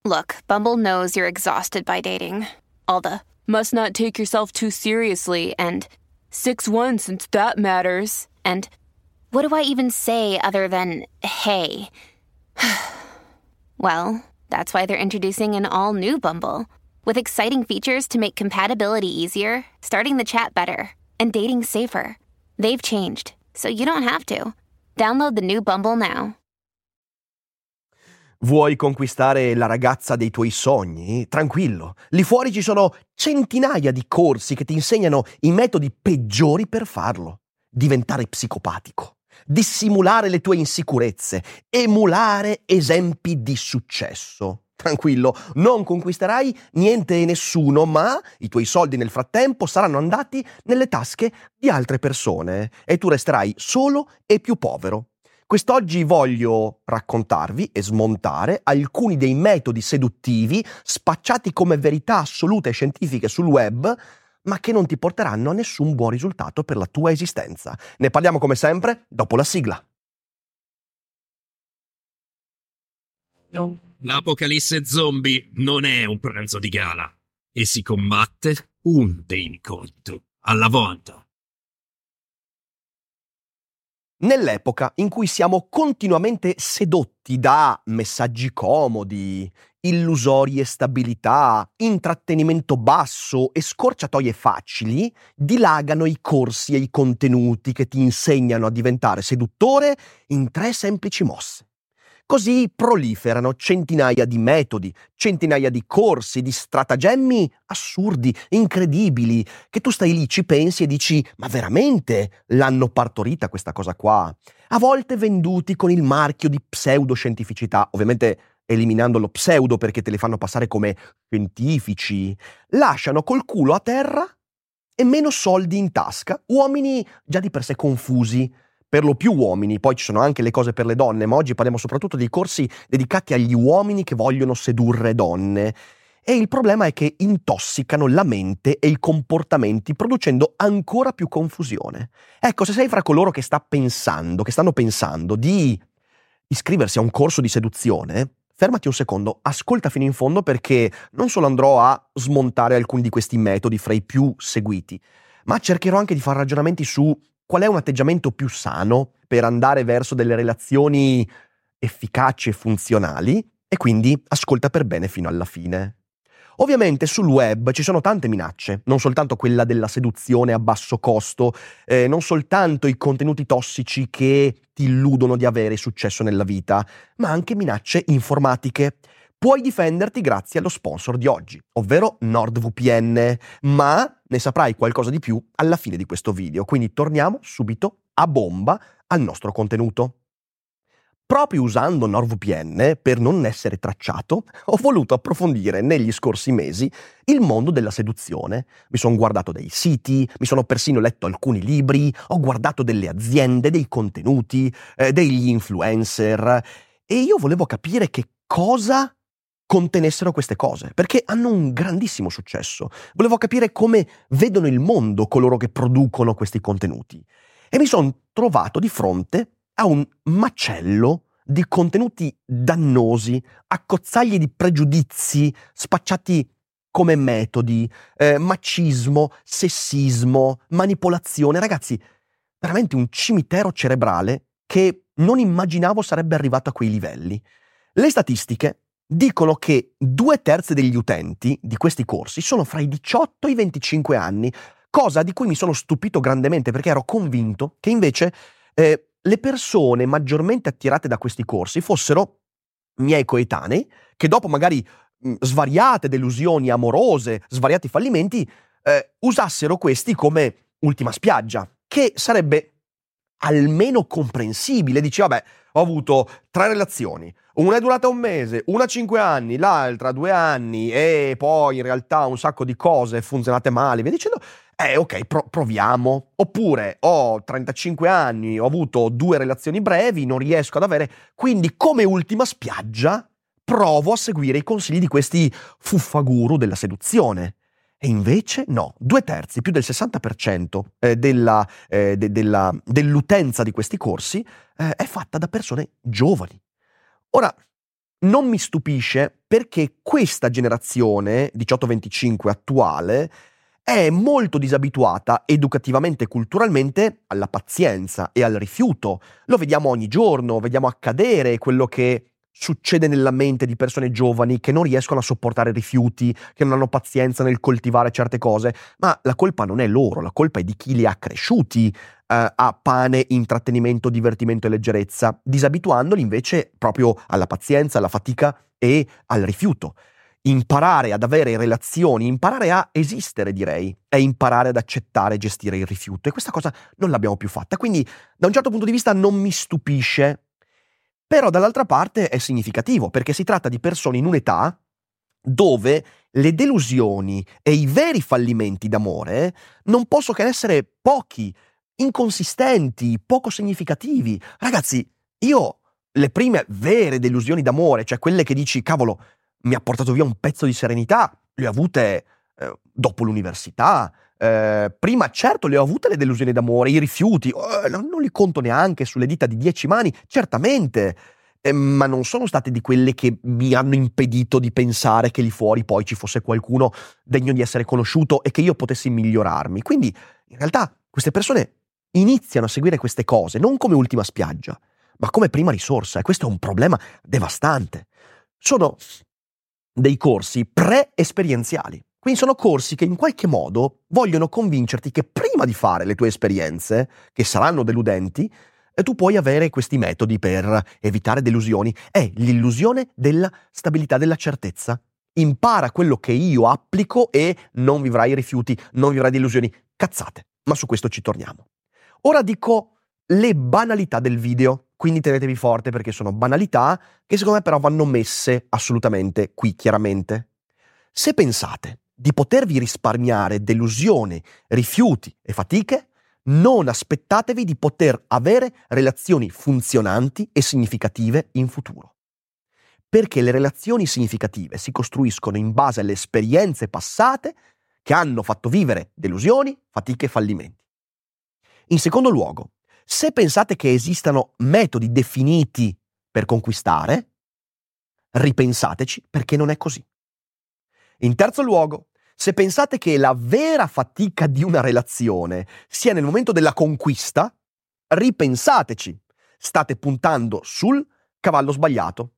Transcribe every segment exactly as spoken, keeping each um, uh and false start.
Look, Bumble knows you're exhausted by dating. All the must not take yourself too seriously and six one since that matters. And what do I even say other than hey? Well, that's why they're introducing an all-new Bumble with exciting features to make compatibility easier, starting the chat better, and dating safer. They've changed, so you don't have to. Download the new Bumble now. Vuoi conquistare la ragazza dei tuoi sogni? Tranquillo, lì fuori ci sono centinaia di corsi che ti insegnano i metodi peggiori per farlo. Diventare psicopatico, dissimulare le tue insicurezze, emulare esempi di successo. Tranquillo, non conquisterai niente e nessuno, ma i tuoi soldi nel frattempo saranno andati nelle tasche di altre persone e tu resterai solo e più povero. Quest'oggi voglio raccontarvi e smontare alcuni dei metodi seduttivi spacciati come verità assolute e scientifiche sul web, ma che non ti porteranno a nessun buon risultato per la tua esistenza. Ne parliamo come sempre dopo la sigla. L'apocalisse zombie non è un pranzo di gala e si combatte un incontro alla volta. Nell'epoca in cui siamo continuamente sedotti da messaggi comodi, illusorie stabilità, intrattenimento basso e scorciatoie facili, dilagano i corsi e i contenuti che ti insegnano a diventare seduttore in tre semplici mosse. Così proliferano centinaia di metodi, centinaia di corsi, di stratagemmi assurdi, incredibili, che tu stai lì, ci pensi e dici «Ma veramente l'hanno partorita questa cosa qua?» A volte venduti con il marchio di pseudoscientificità, ovviamente eliminando lo pseudo perché te le fanno passare come scientifici, lasciano col culo a terra e meno soldi in tasca, uomini già di per sé confusi, per lo più uomini, poi ci sono anche le cose per le donne, ma oggi parliamo soprattutto dei corsi dedicati agli uomini che vogliono sedurre donne. E il problema è che intossicano la mente e i comportamenti, producendo ancora più confusione. Ecco, se sei fra coloro che sta pensando, che stanno pensando di iscriversi a un corso di seduzione, fermati un secondo, ascolta fino in fondo perché non solo andrò a smontare alcuni di questi metodi fra i più seguiti, ma cercherò anche di fare ragionamenti su qual è un atteggiamento più sano per andare verso delle relazioni efficaci e funzionali, e quindi ascolta per bene fino alla fine. Ovviamente sul web ci sono tante minacce, non soltanto quella della seduzione a basso costo, eh, non soltanto i contenuti tossici che ti illudono di avere successo nella vita, ma anche minacce informatiche. Puoi difenderti grazie allo sponsor di oggi, ovvero NordVPN, ma ne saprai qualcosa di più alla fine di questo video, quindi torniamo subito a bomba al nostro contenuto. Proprio usando NordVPN, per non essere tracciato, ho voluto approfondire negli scorsi mesi il mondo della seduzione. Mi sono guardato dei siti, mi sono persino letto alcuni libri, ho guardato delle aziende, dei contenuti, eh, degli influencer, e io volevo capire che cosa contenessero queste cose, perché hanno un grandissimo successo. Volevo capire come vedono il mondo coloro che producono questi contenuti. E mi sono trovato di fronte a un macello di contenuti dannosi, accozzaglie di pregiudizi spacciati come metodi, eh, macismo, sessismo, manipolazione. Ragazzi, veramente un cimitero cerebrale che non immaginavo sarebbe arrivato a quei livelli. Le statistiche dicono che due terzi degli utenti di questi corsi sono fra i diciotto e i venticinque anni, cosa di cui mi sono stupito grandemente perché ero convinto che invece eh, le persone maggiormente attirate da questi corsi fossero miei coetanei, che dopo magari mh, svariate delusioni amorose, svariati fallimenti, eh, usassero questi come ultima spiaggia, che sarebbe almeno comprensibile. Dici, vabbè, ho avuto tre relazioni, una è durata un mese, una cinque anni, l'altra due anni e poi in realtà un sacco di cose funzionate male, via dicendo, eh ok, pro- proviamo. Oppure ho trentacinque anni, ho avuto due relazioni brevi, non riesco ad avere, quindi come ultima spiaggia provo a seguire i consigli di questi fuffaguru della seduzione. E invece no, due terzi, più del sessanta per cento eh, della, eh, de- della, dell'utenza di questi corsi eh, è fatta da persone giovani. Ora, non mi stupisce perché questa generazione diciotto venticinque attuale è molto disabituata educativamente e culturalmente alla pazienza e al rifiuto. Lo vediamo ogni giorno, vediamo accadere quello che succede nella mente di persone giovani che non riescono a sopportare rifiuti, che non hanno pazienza nel coltivare certe cose, ma la colpa non è loro, la colpa è di chi li ha cresciuti eh, a pane, intrattenimento, divertimento e leggerezza, disabituandoli invece proprio alla pazienza, alla fatica e al rifiuto. Imparare ad avere relazioni, imparare a esistere, direi, è imparare ad accettare e gestire il rifiuto. E questa cosa non l'abbiamo più fatta. Quindi, da un certo punto di vista, non mi stupisce, però dall'altra parte è significativo, perché si tratta di persone in un'età dove le delusioni e i veri fallimenti d'amore non possono che essere pochi, inconsistenti, poco significativi. Ragazzi, io le prime vere delusioni d'amore, cioè quelle che dici, cavolo, mi ha portato via un pezzo di serenità, le ho avute eh, dopo l'università. Eh, prima certo le ho avute le delusioni d'amore, i rifiuti, eh, non, non li conto neanche sulle dita di dieci mani, certamente, eh, ma non sono state di quelle che mi hanno impedito di pensare che lì fuori poi ci fosse qualcuno degno di essere conosciuto e che io potessi migliorarmi. Quindi in realtà queste persone iniziano a seguire queste cose non come ultima spiaggia, ma come prima risorsa, e questo è un problema devastante. Sono dei corsi pre-esperienziali. Quindi sono corsi che in qualche modo vogliono convincerti che prima di fare le tue esperienze, che saranno deludenti, tu puoi avere questi metodi per evitare delusioni. È l'illusione della stabilità, della certezza. Impara quello che io applico e non vivrai rifiuti, non vivrai delusioni. Cazzate, ma su questo ci torniamo. Ora dico le banalità del video. Quindi tenetevi forte perché sono banalità che secondo me però vanno messe assolutamente qui chiaramente. Se pensate di potervi risparmiare delusione, rifiuti e fatiche, non aspettatevi di poter avere relazioni funzionanti e significative in futuro. Perché le relazioni significative si costruiscono in base alle esperienze passate che hanno fatto vivere delusioni, fatiche e fallimenti. In secondo luogo, se pensate che esistano metodi definiti per conquistare, ripensateci perché non è così. In terzo luogo, se pensate che la vera fatica di una relazione sia nel momento della conquista, ripensateci. State puntando sul cavallo sbagliato.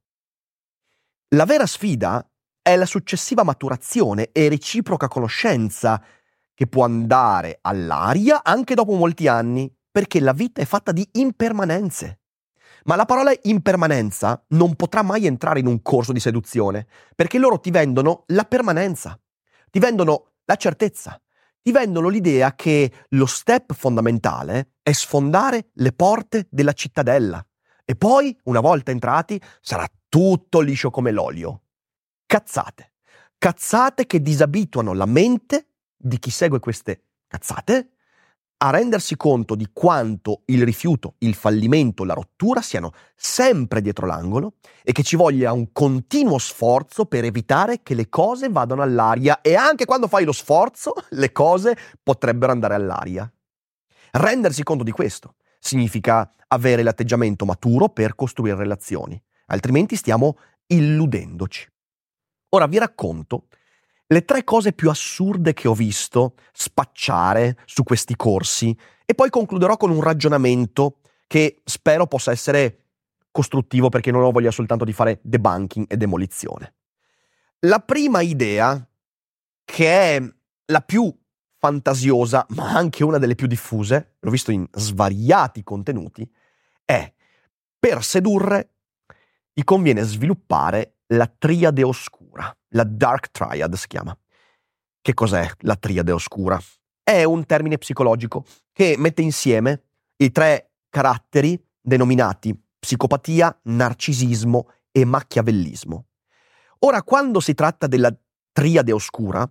La vera sfida è la successiva maturazione e reciproca conoscenza che può andare all'aria anche dopo molti anni, perché la vita è fatta di impermanenze. Ma la parola impermanenza non potrà mai entrare in un corso di seduzione, perché loro ti vendono la permanenza, ti vendono la certezza, ti vendono l'idea che lo step fondamentale è sfondare le porte della cittadella e poi, una volta entrati, sarà tutto liscio come l'olio. Cazzate. Cazzate che disabituano la mente di chi segue queste cazzate a rendersi conto di quanto il rifiuto, il fallimento, la rottura siano sempre dietro l'angolo e che ci voglia un continuo sforzo per evitare che le cose vadano all'aria, e anche quando fai lo sforzo le cose potrebbero andare all'aria. Rendersi conto di questo significa avere l'atteggiamento maturo per costruire relazioni, altrimenti stiamo illudendoci. Ora vi racconto le tre cose più assurde che ho visto spacciare su questi corsi e poi concluderò con un ragionamento che spero possa essere costruttivo, perché non ho voglia soltanto di fare debunking e demolizione. La prima idea, che è la più fantasiosa ma anche una delle più diffuse, l'ho visto in svariati contenuti, è: per sedurre gli conviene sviluppare la triade oscura. La Dark Triad si chiama. Che cos'è la triade oscura? È un termine psicologico che mette insieme i tre caratteri denominati psicopatia, narcisismo e machiavellismo. Ora, quando si tratta della triade oscura,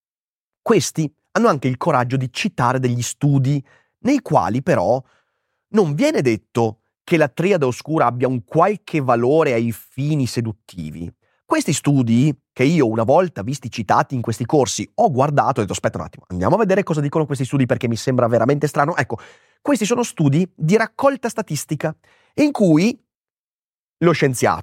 questi hanno anche il coraggio di citare degli studi nei quali però non viene detto che la triade oscura abbia un qualche valore ai fini seduttivi. Questi studi, che io una volta visti citati in questi corsi ho guardato e ho detto aspetta un attimo, andiamo a vedere cosa dicono questi studi perché mi sembra veramente strano. Ecco, questi sono studi di raccolta statistica in cui lo scienziato,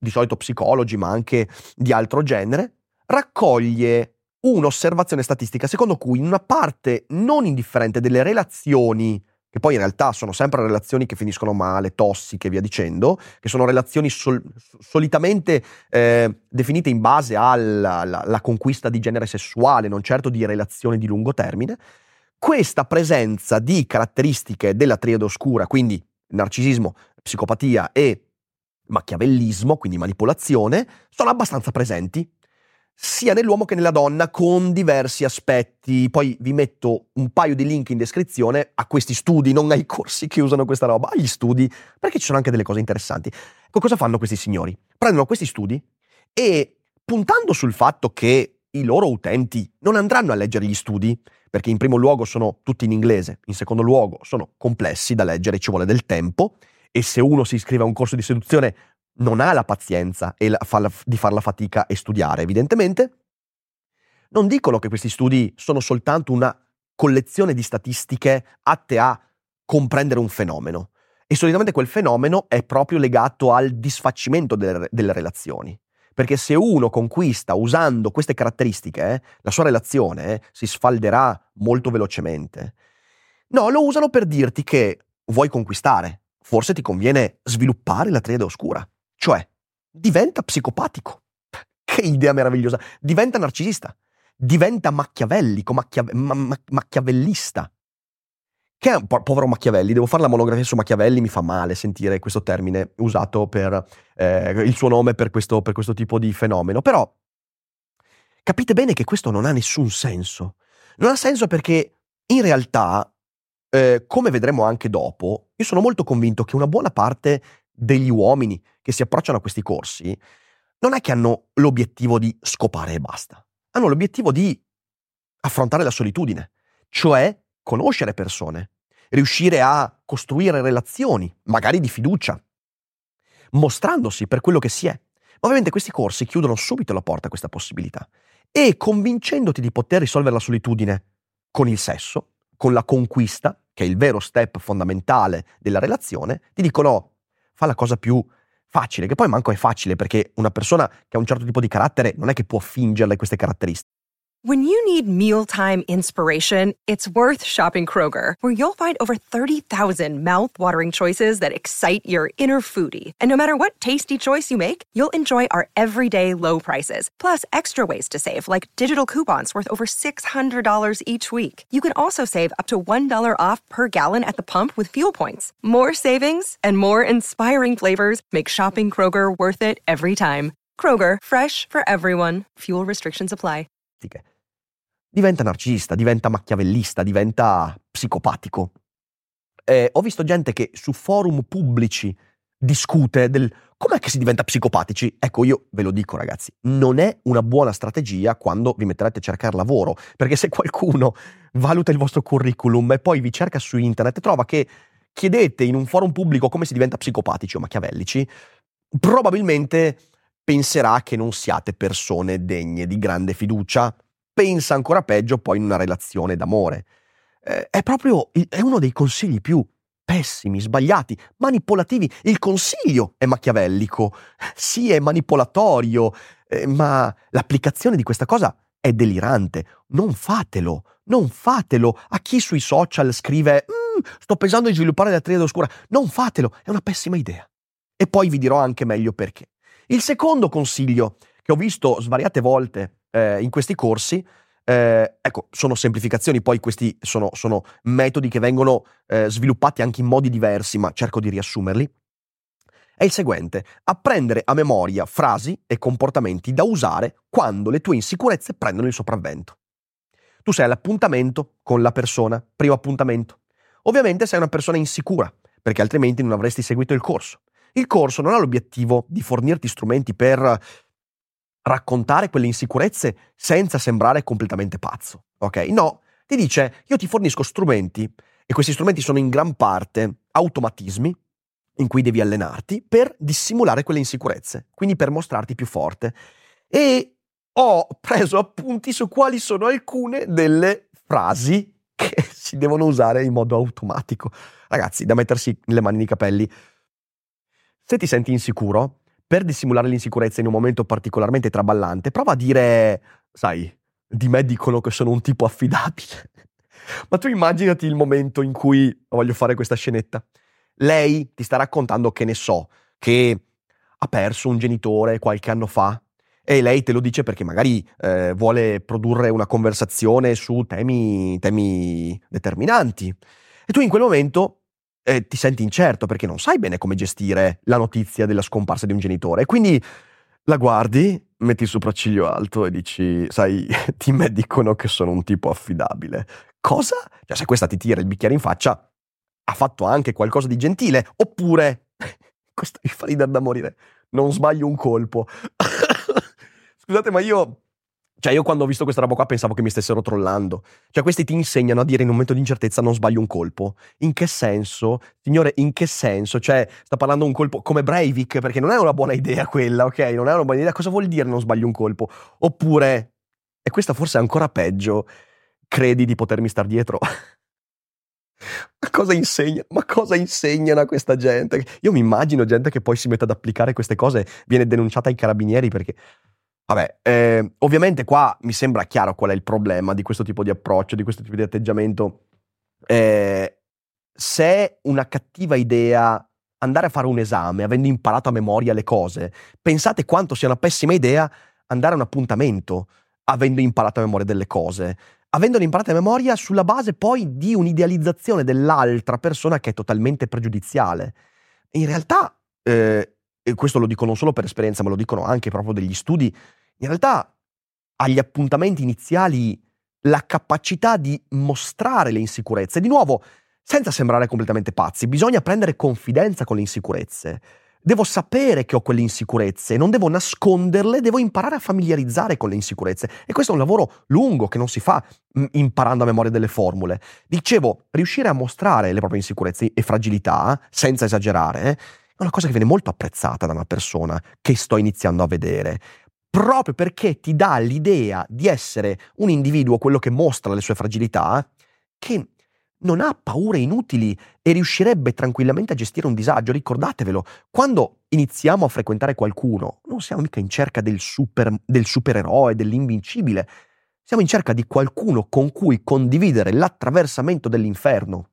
di solito psicologi, ma anche di altro genere, raccoglie un'osservazione statistica secondo cui in una parte non indifferente delle relazioni, che poi in realtà sono sempre relazioni che finiscono male, tossiche e via dicendo, che sono relazioni sol- solitamente eh, definite in base alla, alla, alla conquista di genere sessuale, non certo di relazioni di lungo termine, questa presenza di caratteristiche della triade oscura, quindi narcisismo, psicopatia e machiavellismo, quindi manipolazione, sono abbastanza presenti sia nell'uomo che nella donna, con diversi aspetti. Poi vi metto un paio di link in descrizione a questi studi, non ai corsi che usano questa roba, agli studi, perché ci sono anche delle cose interessanti. Ecco, cosa fanno questi signori? Prendono questi studi e, puntando sul fatto che i loro utenti non andranno a leggere gli studi, perché in primo luogo sono tutti in inglese, in secondo luogo sono complessi da leggere, ci vuole del tempo, e se uno si iscrive a un corso di seduzione non ha la pazienza e la, fa la, di far la fatica e studiare, evidentemente, non dicono che questi studi sono soltanto una collezione di statistiche atte a comprendere un fenomeno. E solitamente quel fenomeno è proprio legato al disfacimento delle, delle relazioni. Perché se uno conquista usando queste caratteristiche, eh, la sua relazione eh, si sfalderà molto velocemente. No, lo usano per dirti che vuoi conquistare, forse ti conviene sviluppare la triade oscura. Cioè, diventa psicopatico. Che idea meravigliosa. Diventa narcisista. Diventa machiavellico, macchia, ma, ma, machiavellista. Che è un po- povero Machiavelli. Devo fare la monografia su Machiavelli, mi fa male sentire questo termine usato per eh, il suo nome per questo, per questo tipo di fenomeno. Però capite bene che questo non ha nessun senso. Non ha senso perché in realtà, eh, come vedremo anche dopo, io sono molto convinto che una buona parte degli uomini che si approcciano a questi corsi non è che hanno l'obiettivo di scopare e basta. Hanno l'obiettivo di affrontare la solitudine, cioè conoscere persone, riuscire a costruire relazioni, magari di fiducia, mostrandosi per quello che si è. Ma ovviamente questi corsi chiudono subito la porta a questa possibilità e, convincendoti di poter risolvere la solitudine con il sesso, con la conquista, che è il vero step fondamentale della relazione, ti dicono fa la cosa più facile, che poi manco è facile perché una persona che ha un certo tipo di carattere non è che può fingerle queste caratteristiche. When you need mealtime inspiration, it's worth shopping Kroger, where you'll find over thirty thousand mouth-watering choices that excite your inner foodie. And no matter what tasty choice you make, you'll enjoy our everyday low prices, plus extra ways to save, like digital coupons worth over six hundred dollars each week. You can also save up to one dollar off per gallon at the pump with fuel points. More savings and more inspiring flavors make shopping Kroger worth it every time. Kroger, fresh for everyone. Fuel restrictions apply. Diventa narcisista, diventa machiavellista, diventa psicopatico. Eh, ho visto gente che su forum pubblici discute del com'è che si diventa psicopatici. Ecco, io ve lo dico ragazzi, non è una buona strategia quando vi metterete a cercare lavoro, perché se qualcuno valuta il vostro curriculum e poi vi cerca su internet e trova che chiedete in un forum pubblico come si diventa psicopatici o machiavellici, probabilmente penserà che non siate persone degne di grande fiducia. Pensa ancora peggio poi in una relazione d'amore. Eh, è proprio è uno dei consigli più pessimi, sbagliati, manipolativi. Il consiglio è machiavellico, sì, è manipolatorio, eh, ma l'applicazione di questa cosa è delirante. Non fatelo, non fatelo. A chi sui social scrive mm, sto pensando di sviluppare la triade oscura, non fatelo, è una pessima idea. E poi vi dirò anche meglio perché. Il secondo consiglio che ho visto svariate volte Eh, in questi corsi, eh, ecco, sono semplificazioni, poi questi sono, sono metodi che vengono eh, sviluppati anche in modi diversi, ma cerco di riassumerli, è il seguente: apprendere a memoria frasi e comportamenti da usare quando le tue insicurezze prendono il sopravvento. Tu sei all'appuntamento con la persona, primo appuntamento. Ovviamente sei una persona insicura, perché altrimenti non avresti seguito il corso. Il corso non ha l'obiettivo di fornirti strumenti per raccontare quelle insicurezze senza sembrare completamente pazzo, ok? No, ti dice io ti fornisco strumenti e questi strumenti sono in gran parte automatismi in cui devi allenarti per dissimulare quelle insicurezze, quindi per mostrarti più forte. E ho preso appunti su quali sono alcune delle frasi che si devono usare in modo automatico. Ragazzi, da mettersi le mani nei capelli. Se ti senti insicuro, per dissimulare l'insicurezza in un momento particolarmente traballante, prova a dire, sai, di me dicono che sono un tipo affidabile. Ma tu immaginati il momento in cui, voglio fare questa scenetta, lei ti sta raccontando, che ne so, che ha perso un genitore qualche anno fa, e lei te lo dice perché magari eh, vuole produrre una conversazione su temi, temi determinanti. E tu in quel momento eh, ti senti incerto perché non sai bene come gestire la notizia della scomparsa di un genitore. E quindi la guardi, metti il sopracciglio alto e dici, sai, ti me dicono che sono un tipo affidabile. Cosa? Cioè, se questa ti tira il bicchiere in faccia, ha fatto anche qualcosa di gentile. Oppure, questo mi fa ridere da morire, non sbaglio un colpo. Scusate, ma io, cioè io quando ho visto questa roba qua pensavo che mi stessero trollando. Cioè questi ti insegnano a dire in un momento di incertezza non sbaglio un colpo. In che senso? Signore, in che senso? Cioè sta parlando un colpo come Breivik, perché non è una buona idea quella, ok? Non è una buona idea. Cosa vuol dire non sbaglio un colpo? Oppure, e questa forse è ancora peggio, credi di potermi star dietro? Ma cosa insegna? Ma cosa insegnano a questa gente? Io mi immagino gente che poi si mette ad applicare queste cose, viene denunciata ai carabinieri perché... Vabbè, eh, ovviamente qua mi sembra chiaro qual è il problema di questo tipo di approccio, di questo tipo di atteggiamento. Eh, se è una cattiva idea andare a fare un esame avendo imparato a memoria le cose, pensate quanto sia una pessima idea andare a un appuntamento avendo imparato a memoria delle cose, avendole imparate a memoria sulla base poi di un'idealizzazione dell'altra persona che è totalmente pregiudiziale. E in realtà, eh, e questo lo dico non solo per esperienza, ma lo dicono anche proprio degli studi, in realtà agli appuntamenti iniziali la capacità di mostrare le insicurezze, di nuovo, senza sembrare completamente pazzi, bisogna prendere confidenza con le insicurezze. Devo sapere che ho quelle insicurezze, non devo nasconderle, devo imparare a familiarizzare con le insicurezze. E questo è un lavoro lungo che non si fa mh, imparando a memoria delle formule. Dicevo, riuscire a mostrare le proprie insicurezze e fragilità, senza esagerare, eh, è una cosa che viene molto apprezzata da una persona che sto iniziando a vedere. Proprio perché ti dà l'idea di essere un individuo, quello che mostra le sue fragilità, che non ha paure inutili e riuscirebbe tranquillamente a gestire un disagio. Ricordatevelo, quando iniziamo a frequentare qualcuno, non siamo mica in cerca del, super, del supereroe, dell'invincibile, siamo in cerca di qualcuno con cui condividere l'attraversamento dell'inferno.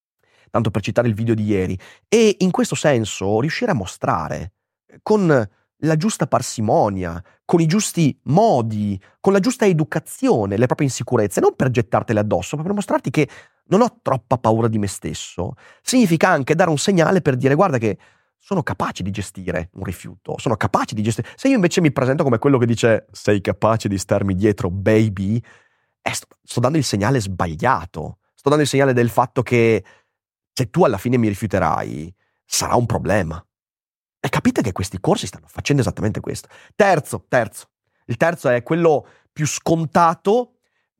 Tanto per citare il video di ieri. E in questo senso riuscire a mostrare con la giusta parsimonia, con i giusti modi, con la giusta educazione le proprie insicurezze, non per gettartele addosso, ma per mostrarti che non ho troppa paura di me stesso, significa anche dare un segnale per dire guarda che sono capace di gestire un rifiuto, sono capace di gestire... Se io invece mi presento come quello che dice sei capace di starmi dietro, baby, eh, sto, sto dando il segnale sbagliato, sto dando il segnale del fatto che se tu alla fine mi rifiuterai, sarà un problema. E capite che questi corsi stanno facendo esattamente questo. Terzo, terzo. Il terzo è quello più scontato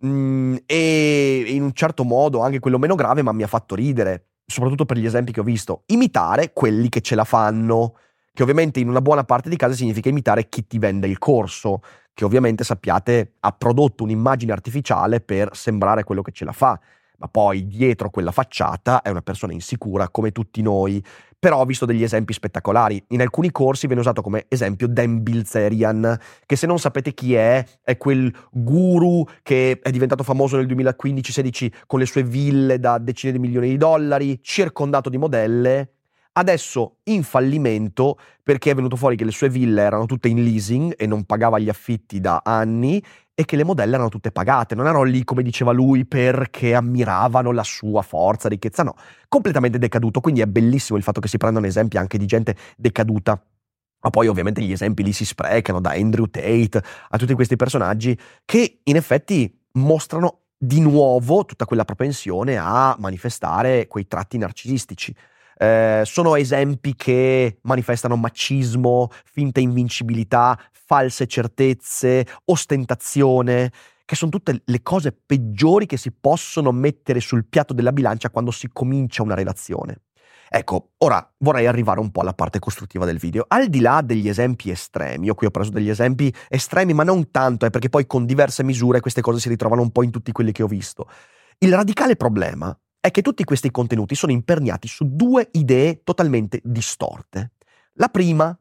mh, e in un certo modo anche quello meno grave, ma mi ha fatto ridere, soprattutto per gli esempi che ho visto. Imitare quelli che ce la fanno, che ovviamente in una buona parte dei casi significa imitare chi ti vende il corso, che ovviamente sappiate ha prodotto un'immagine artificiale per sembrare quello che ce la fa. Ma poi dietro quella facciata è una persona insicura come tutti noi. Però ho visto degli esempi spettacolari. In alcuni corsi viene usato come esempio Dan Bilzerian, che se non sapete chi è, è quel guru che è diventato famoso nel duemilaquindici sedici con le sue ville da decine di milioni di dollari, circondato di modelle, adesso in fallimento perché è venuto fuori che le sue ville erano tutte in leasing e non pagava gli affitti da anni e che le modelle erano tutte pagate, non erano lì come diceva lui perché ammiravano la sua forza, ricchezza, no, completamente decaduto. Quindi è bellissimo il fatto che si prendano esempi anche di gente decaduta. Ma poi ovviamente gli esempi lì si sprecano, da Andrew Tate a tutti questi personaggi che in effetti mostrano di nuovo tutta quella propensione a manifestare quei tratti narcisistici. Eh, sono esempi che manifestano macismo, finta invincibilità, false certezze, ostentazione, che sono tutte le cose peggiori che si possono mettere sul piatto della bilancia quando si comincia una relazione. Ecco, ora vorrei arrivare un po' alla parte costruttiva del video. Al di là degli esempi estremi, io qui ho preso degli esempi estremi, ma non tanto, eh, perché poi con diverse misure queste cose si ritrovano un po' in tutti quelli che ho visto. Il radicale problema è che tutti questi contenuti sono imperniati su due idee totalmente distorte. La prima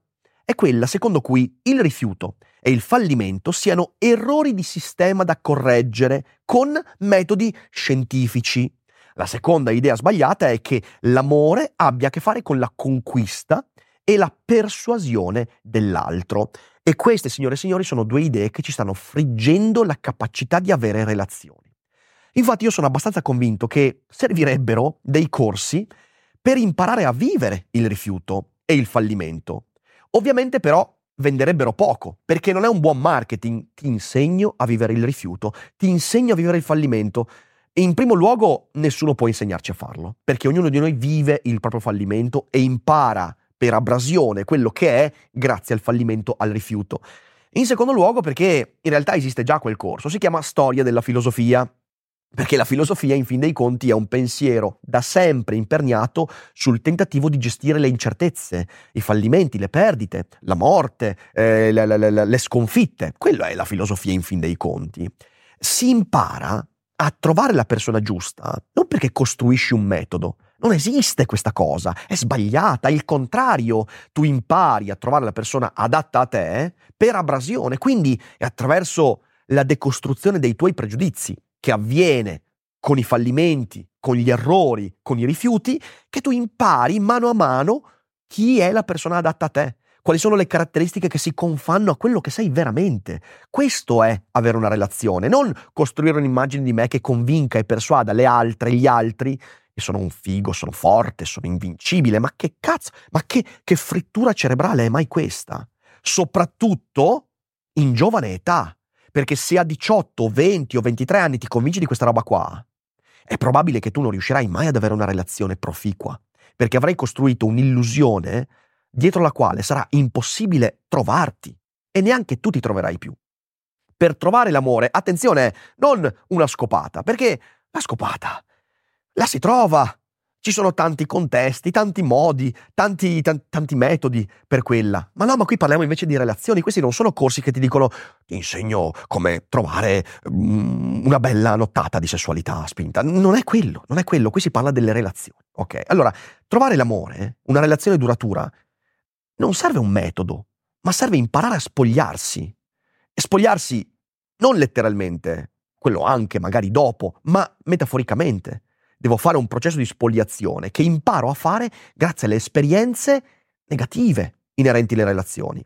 è quella secondo cui il rifiuto e il fallimento siano errori di sistema da correggere con metodi scientifici. La seconda idea sbagliata è che l'amore abbia a che fare con la conquista e la persuasione dell'altro. E queste, signore e signori, sono due idee che ci stanno friggendo la capacità di avere relazioni. Infatti io sono abbastanza convinto che servirebbero dei corsi per imparare a vivere il rifiuto e il fallimento. Ovviamente però venderebbero poco, perché non è un buon marketing. Ti insegno a vivere il rifiuto, ti insegno a vivere il fallimento. E in primo luogo nessuno può insegnarci a farlo, perché ognuno di noi vive il proprio fallimento e impara per abrasione quello che è grazie al fallimento, al rifiuto. In secondo luogo perché in realtà esiste già quel corso, si chiama Storia della filosofia, perché la filosofia in fin dei conti è un pensiero da sempre imperniato sul tentativo di gestire le incertezze, i fallimenti, le perdite, la morte, eh, le, le, le, le sconfitte. Quella è la filosofia in fin dei conti. Si impara a trovare la persona giusta non perché costruisci un metodo. Non esiste questa cosa, è sbagliata, è il contrario. Tu impari a trovare la persona adatta a te per abrasione, quindi è attraverso la decostruzione dei tuoi pregiudizi, che avviene con i fallimenti, con gli errori, con i rifiuti, che tu impari mano a mano chi è la persona adatta a te, quali sono le caratteristiche che si confanno a quello che sei veramente. Questo è avere una relazione, non costruire un'immagine di me che convinca e persuada le altre, gli altri, che sono un figo, sono forte, sono invincibile. Ma che cazzo, ma che, che frittura cerebrale è mai questa? Soprattutto in giovane età. Perché se a diciotto, venti o ventitré anni ti convinci di questa roba qua, è probabile che tu non riuscirai mai ad avere una relazione proficua, perché avrai costruito un'illusione dietro la quale sarà impossibile trovarti e neanche tu ti troverai più. Per trovare l'amore, attenzione, non una scopata, perché la scopata la si trova. Ci sono tanti contesti, tanti modi, tanti, tanti, tanti metodi per quella. Ma no, ma qui parliamo invece di relazioni. Questi non sono corsi che ti dicono ti insegno come trovare um, una bella nottata di sessualità spinta. Non è quello, non è quello. Qui si parla delle relazioni. Ok? Allora, trovare l'amore, una relazione duratura, non serve un metodo, ma serve imparare a spogliarsi. E spogliarsi non letteralmente, quello anche magari dopo, ma metaforicamente. Devo fare un processo di spoliazione che imparo a fare grazie alle esperienze negative inerenti alle relazioni.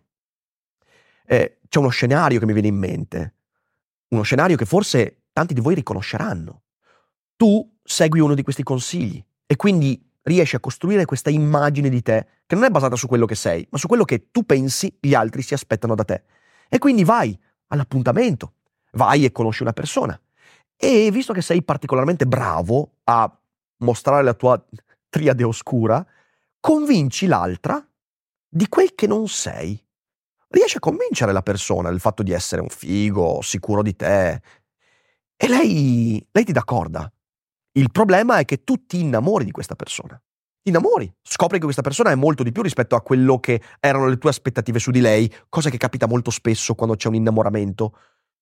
Eh, c'è uno scenario che mi viene in mente, uno scenario che forse tanti di voi riconosceranno. Tu segui uno di questi consigli e quindi riesci a costruire questa immagine di te che non è basata su quello che sei, ma su quello che tu pensi gli altri si aspettano da te. E quindi vai all'appuntamento, vai e conosci una persona. E visto che sei particolarmente bravo a mostrare la tua triade oscura, convinci l'altra di quel che non sei. Riesci a convincere la persona del fatto di essere un figo, sicuro di te. E lei, lei ti dà corda. Il problema è che tu ti innamori di questa persona. Ti innamori. Scopri che questa persona è molto di più rispetto a quello che erano le tue aspettative su di lei, cosa che capita molto spesso quando c'è un innamoramento.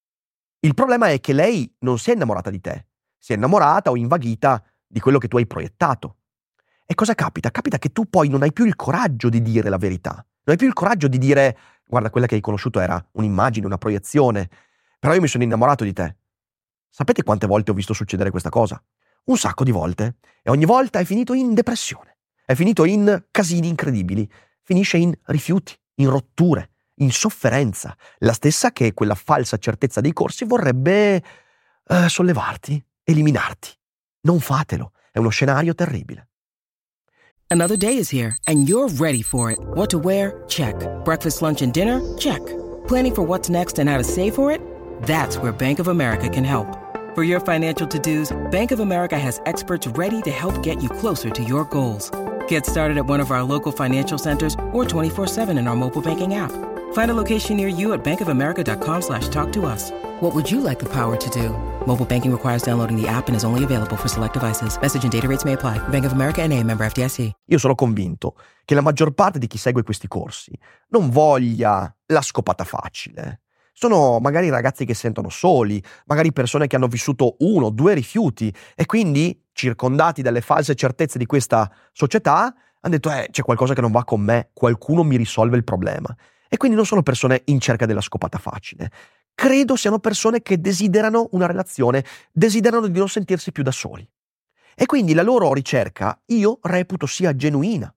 Il problema è che lei non si è innamorata di te, si è innamorata o invaghita di quello che tu hai proiettato. E cosa capita? Capita che tu poi non hai più il coraggio di dire la verità, non hai più il coraggio di dire guarda, quella che hai conosciuto era un'immagine, una proiezione, però io mi sono innamorato di te. Sapete quante volte ho visto succedere questa cosa? Un sacco di volte. E ogni volta è finito in depressione, è finito in casini incredibili, finisce in rifiuti, in rotture, in sofferenza, la stessa che quella falsa certezza dei corsi vorrebbe eh, sollevarti, eliminarti. Non fatelo, è uno scenario terribile. Another day is here and you're ready for it. What to wear? Check. Breakfast, lunch, and dinner? Check. Planning for what's next and how to save for it? That's where Bank of America can help. For your financial to-dos, Bank of America has experts ready to help get you closer to your goals. Get started at one of our local financial centers or twenty-four seven in our mobile banking app. Find a location near you at bankofamerica.com slash talk to us. What would you like the power to do? Mobile banking requires downloading the app and is only available for select devices. Message and data rates may apply. Bank of America N A, member F D I C. Io sono convinto che la maggior parte di chi segue questi corsi non voglia la scopata facile. Sono magari ragazzi che si sentono soli, magari persone che hanno vissuto uno o due rifiuti e quindi, circondati dalle false certezze di questa società, hanno detto eh, c'è qualcosa che non va con me, qualcuno mi risolve il problema. E quindi non sono persone in cerca della scopata facile. Credo siano persone che desiderano una relazione, desiderano di non sentirsi più da soli. E quindi la loro ricerca io reputo sia genuina,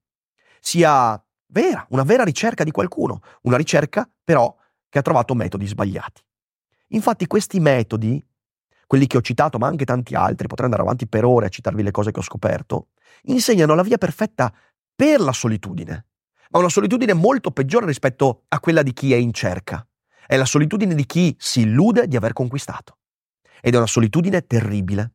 sia vera, una vera ricerca di qualcuno, una ricerca però che ha trovato metodi sbagliati. Infatti questi metodi, quelli che ho citato ma anche tanti altri, potrei andare avanti per ore a citarvi le cose che ho scoperto, insegnano la via perfetta per la solitudine, ma una solitudine molto peggiore rispetto a quella di chi è in cerca. È la solitudine di chi si illude di aver conquistato. Ed è una solitudine terribile.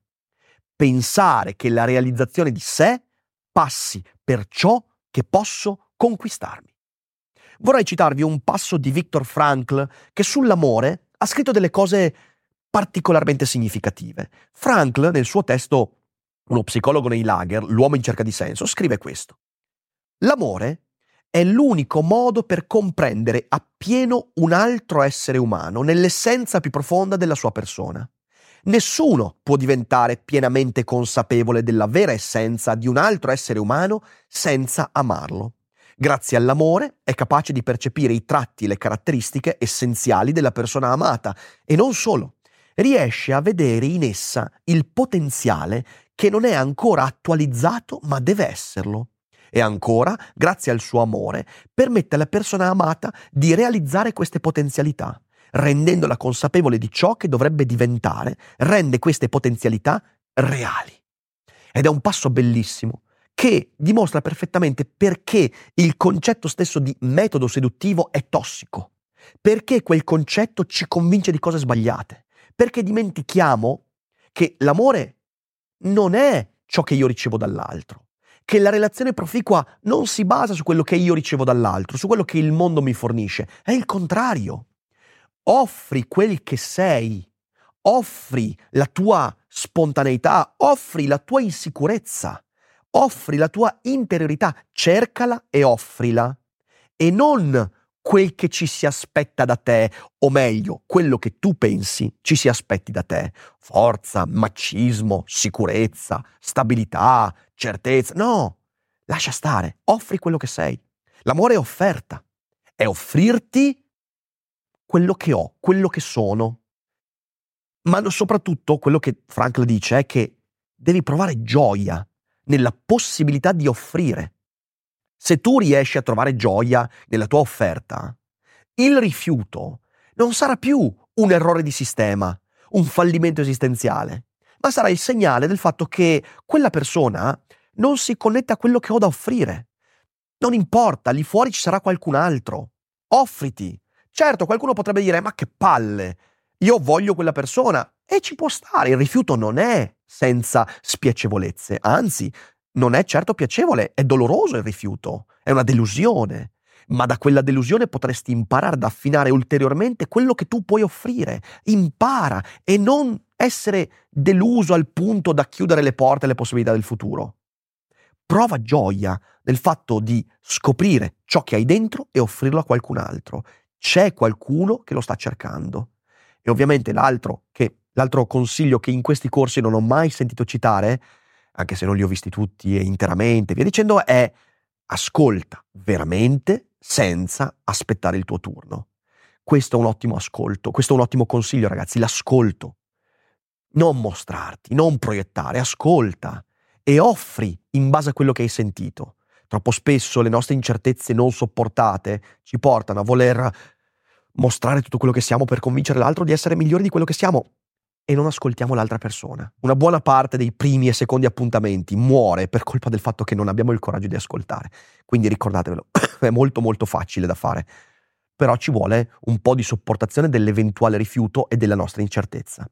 Pensare che la realizzazione di sé passi per ciò che posso conquistarmi. Vorrei citarvi un passo di Viktor Frankl che sull'amore ha scritto delle cose particolarmente significative. Frankl, nel suo testo Uno psicologo nei lager, l'uomo in cerca di senso, scrive questo. L'amore è l'unico modo per comprendere appieno un altro essere umano nell'essenza più profonda della sua persona. Nessuno può diventare pienamente consapevole della vera essenza di un altro essere umano senza amarlo. Grazie all'amore è capace di percepire i tratti e le caratteristiche essenziali della persona amata e non solo, riesce a vedere in essa il potenziale che non è ancora attualizzato ma deve esserlo. E ancora, grazie al suo amore, permette alla persona amata di realizzare queste potenzialità, rendendola consapevole di ciò che dovrebbe diventare, rende queste potenzialità reali. Ed è un passo bellissimo che dimostra perfettamente perché il concetto stesso di metodo seduttivo è tossico, perché quel concetto ci convince di cose sbagliate, perché dimentichiamo che l'amore non è ciò che io ricevo dall'altro, che la relazione proficua non si basa su quello che io ricevo dall'altro, su quello che il mondo mi fornisce, è il contrario. Offri quel che sei, offri la tua spontaneità, offri la tua insicurezza, offri la tua interiorità, cercala e offrila, e non quel che ci si aspetta da te, o meglio, quello che tu pensi ci si aspetti da te. Forza, macismo, sicurezza, stabilità, certezza. No, lascia stare, offri quello che sei. L'amore è offerta, è offrirti quello che ho, quello che sono. Ma soprattutto quello che Frankl dice è che devi provare gioia nella possibilità di offrire. Se tu riesci a trovare gioia nella tua offerta, il rifiuto non sarà più un errore di sistema, un fallimento esistenziale, ma sarà il segnale del fatto che quella persona non si connette a quello che ho da offrire. Non importa, lì fuori ci sarà qualcun altro. Offriti. Certo, qualcuno potrebbe dire, ma che palle, io voglio quella persona. E ci può stare, il rifiuto non è senza spiacevolezze, anzi, non è certo piacevole, è doloroso il rifiuto, è una delusione. Ma da quella delusione potresti imparare ad affinare ulteriormente quello che tu puoi offrire. Impara e non essere deluso al punto da chiudere le porte alle possibilità del futuro. Prova gioia nel fatto di scoprire ciò che hai dentro e offrirlo a qualcun altro. C'è qualcuno che lo sta cercando. E ovviamente l'altro, che, l'altro consiglio che in questi corsi non ho mai sentito citare, anche se non li ho visti tutti e interamente, via dicendo, è ascolta veramente senza aspettare il tuo turno. Questo è un ottimo ascolto, questo è un ottimo consiglio, ragazzi, l'ascolto. Non mostrarti, non proiettare, ascolta e offri in base a quello che hai sentito. Troppo spesso le nostre incertezze non sopportate ci portano a voler mostrare tutto quello che siamo per convincere l'altro di essere migliori di quello che siamo e non ascoltiamo l'altra persona. Una buona parte dei primi e secondi appuntamenti muore per colpa del fatto che non abbiamo il coraggio di ascoltare. Quindi ricordatevelo, è molto molto facile da fare, però ci vuole un po' di sopportazione dell'eventuale rifiuto e della nostra incertezza.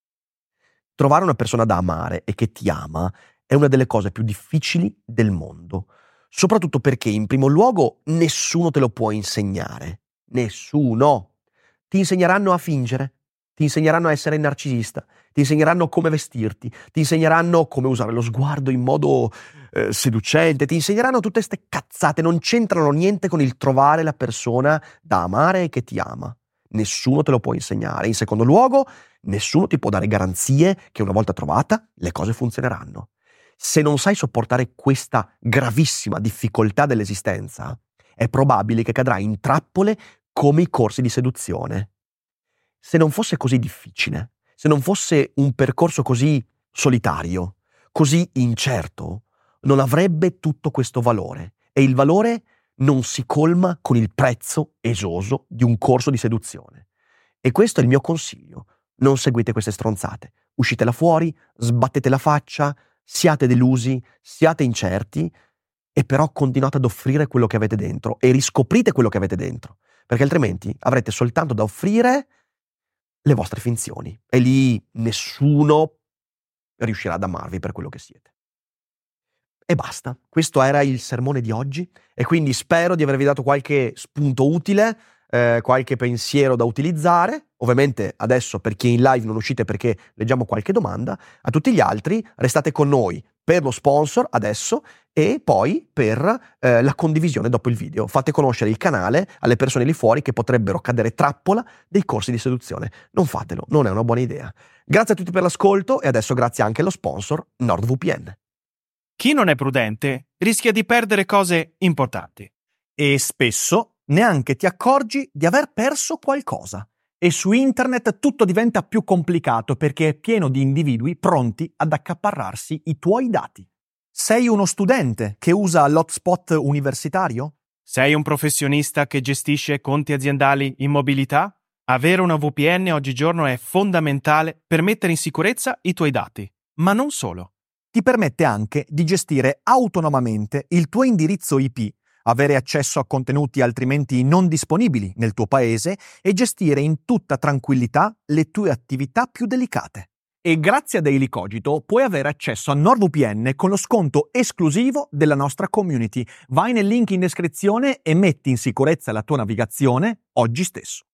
Trovare una persona da amare e che ti ama è una delle cose più difficili del mondo, soprattutto perché in primo luogo nessuno te lo può insegnare. Nessuno. Ti insegneranno a fingere, ti insegneranno a essere narcisista, ti insegneranno come vestirti, ti insegneranno come usare lo sguardo in modo eh, seducente, ti insegneranno tutte ste cazzate, non c'entrano niente con il trovare la persona da amare e che ti ama. Nessuno te lo può insegnare. In secondo luogo, nessuno ti può dare garanzie che una volta trovata le cose funzioneranno. Se non sai sopportare questa gravissima difficoltà dell'esistenza, è probabile che cadrai in trappole come i corsi di seduzione. Se non fosse così difficile, se non fosse un percorso così solitario, così incerto, non avrebbe tutto questo valore. E il valore non si colma con il prezzo esoso di un corso di seduzione. E questo è il mio consiglio. Non seguite queste stronzate. Uscitela fuori, sbattete la faccia, siate delusi, siate incerti, e però continuate ad offrire quello che avete dentro e riscoprite quello che avete dentro, perché altrimenti avrete soltanto da offrire le vostre finzioni e lì nessuno riuscirà ad amarvi per quello che siete. E basta, questo era il sermone di oggi e quindi spero di avervi dato qualche spunto utile, eh, qualche pensiero da utilizzare. Ovviamente adesso per chi è in live non uscite perché leggiamo qualche domanda, a tutti gli altri restate con noi per lo sponsor adesso e poi per eh, la condivisione dopo il video. Fate conoscere il canale alle persone lì fuori che potrebbero cadere trappola dei corsi di seduzione. Non fatelo, non è una buona idea. Grazie a tutti per l'ascolto e adesso grazie anche allo sponsor NordVPN. Chi non è prudente rischia di perdere cose importanti. E spesso neanche ti accorgi di aver perso qualcosa. E su internet tutto diventa più complicato perché è pieno di individui pronti ad accaparrarsi i tuoi dati. Sei uno studente che usa l'hotspot universitario? Sei un professionista che gestisce conti aziendali in mobilità? Avere una V P N oggigiorno è fondamentale per mettere in sicurezza i tuoi dati. Ma non solo. Ti permette anche di gestire autonomamente il tuo indirizzo I P, avere accesso a contenuti altrimenti non disponibili nel tuo paese e gestire in tutta tranquillità le tue attività più delicate. E grazie a Daily Cogito puoi avere accesso a NordVPN con lo sconto esclusivo della nostra community. Vai nel link in descrizione e metti in sicurezza la tua navigazione oggi stesso.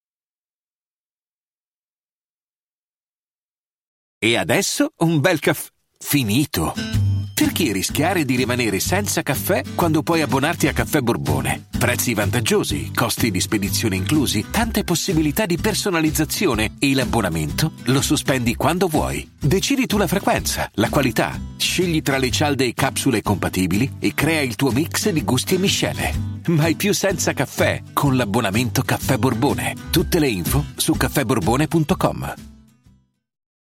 E adesso un bel caffè finito. Perché rischiare di rimanere senza caffè quando puoi abbonarti a Caffè Borbone? Prezzi vantaggiosi, costi di spedizione inclusi, tante possibilità di personalizzazione e l'abbonamento lo sospendi quando vuoi. Decidi tu la frequenza, la qualità, scegli tra le cialde e capsule compatibili e crea il tuo mix di gusti e miscele. Mai più senza caffè con l'abbonamento Caffè Borbone. Tutte le info su caffè borbone punto com.